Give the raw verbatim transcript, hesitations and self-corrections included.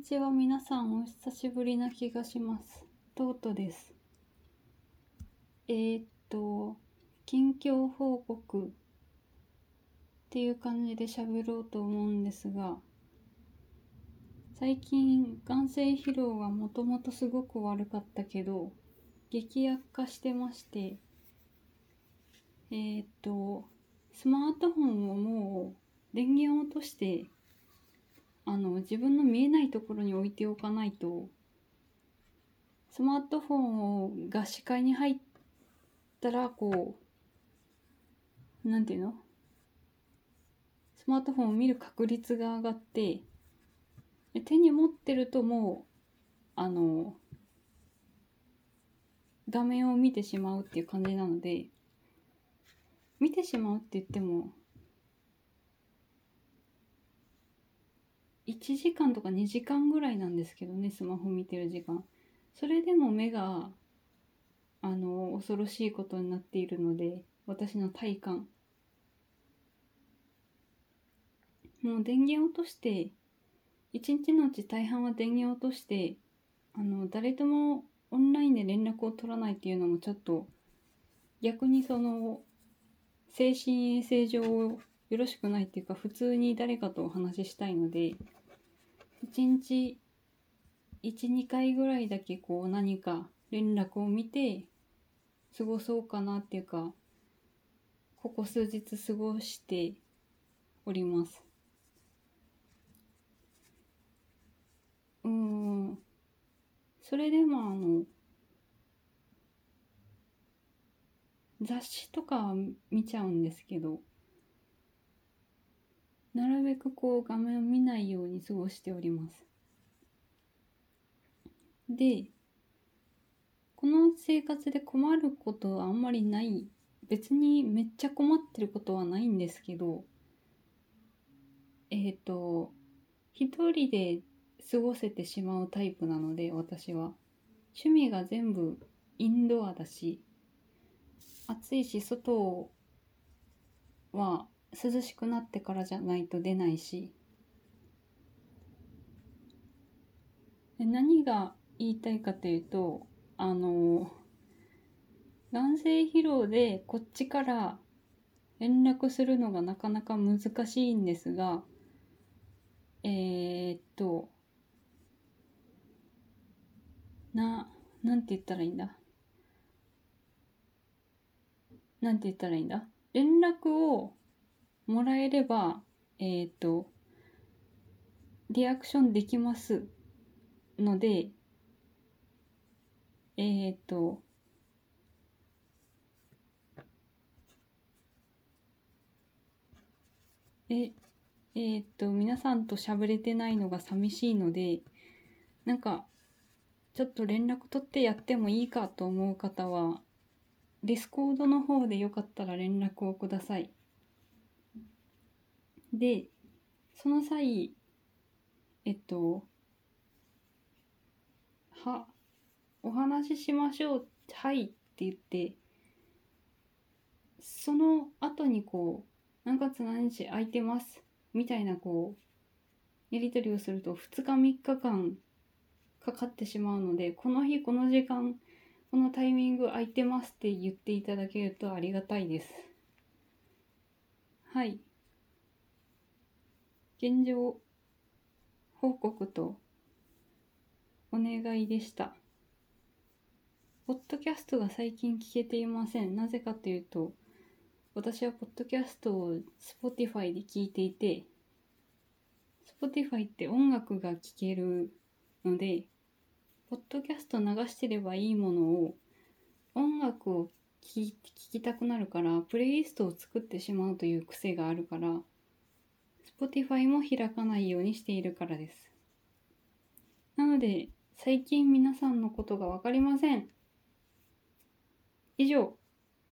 ちは。皆さんお久しぶりな気がします。トートです。えー、っと近況報告っていう感じで喋ろうと思うんですが、最近眼性疲労がもともとすごく悪かったけど激悪化してまして、えー、っとスマートフォンをもう電源を落としてあの自分の見えないところに置いておかないと、スマートフォンをが視界に入ったらこうなんていうのスマートフォンを見る確率が上がって、手に持ってるともうあの画面を見てしまうっていう感じなので、見てしまうって言ってもいちじかんとかにじかんぐらいなんですけどね、スマホ見てる時間。それでも目があの恐ろしいことになっているので、私の体感もう電源落として、一日のうち大半は電源落として、あの誰ともオンラインで連絡を取らないっていうのもちょっと逆にその精神衛生上よろしくないっていうか、普通に誰かとお話ししたいので、一日いち、にかいぐらいだけこう何か連絡を見て過ごそうかなっていうか、ここ数日過ごしております。うーんそれでもあの雑誌とか見ちゃうんですけど、なるべくこう画面を見ないように過ごしております。で、この生活で困ることはあんまりない。別にめっちゃ困ってることはないんですけど、えっと、一人で過ごせてしまうタイプなので、私は。趣味が全部インドアだし、暑いし、外は涼しくなってからじゃないと出ないし。で、何が言いたいかというと、あの、眼性疲労でこっちから連絡するのがなかなか難しいんですが、えー、っと、な、なんて言ったらいいんだなんて言ったらいいんだ連絡をもらえれば、えー、っと、リアクションできますので、えー、っと、え、えー、っと、皆さんと喋れてないのが寂しいので、なんか、ちょっと連絡取ってやってもいいかと思う方は、ディスコードの方でよかったら連絡をください。で、その際、えっと、は、お話ししましょう、はいって言って、その後にこう、何月何日空いてます、みたいなこう、やり取りをするとふつかみっかかんかかってしまうので、この日この時間、このタイミング空いてますって言っていただけるとありがたいです。はい。現状報告とお願いでした。ポッドキャストが最近聞けていません。なぜかというと、私はポッドキャストを Spotify で聞いていて、Spotify って音楽が聴けるので、ポッドキャスト流してればいいものを、音楽を聴きたくなるから、プレイリストを作ってしまうという癖があるから、Spotify も開かないようにしているからです。なので、最近皆さんのことがわかりません。以上。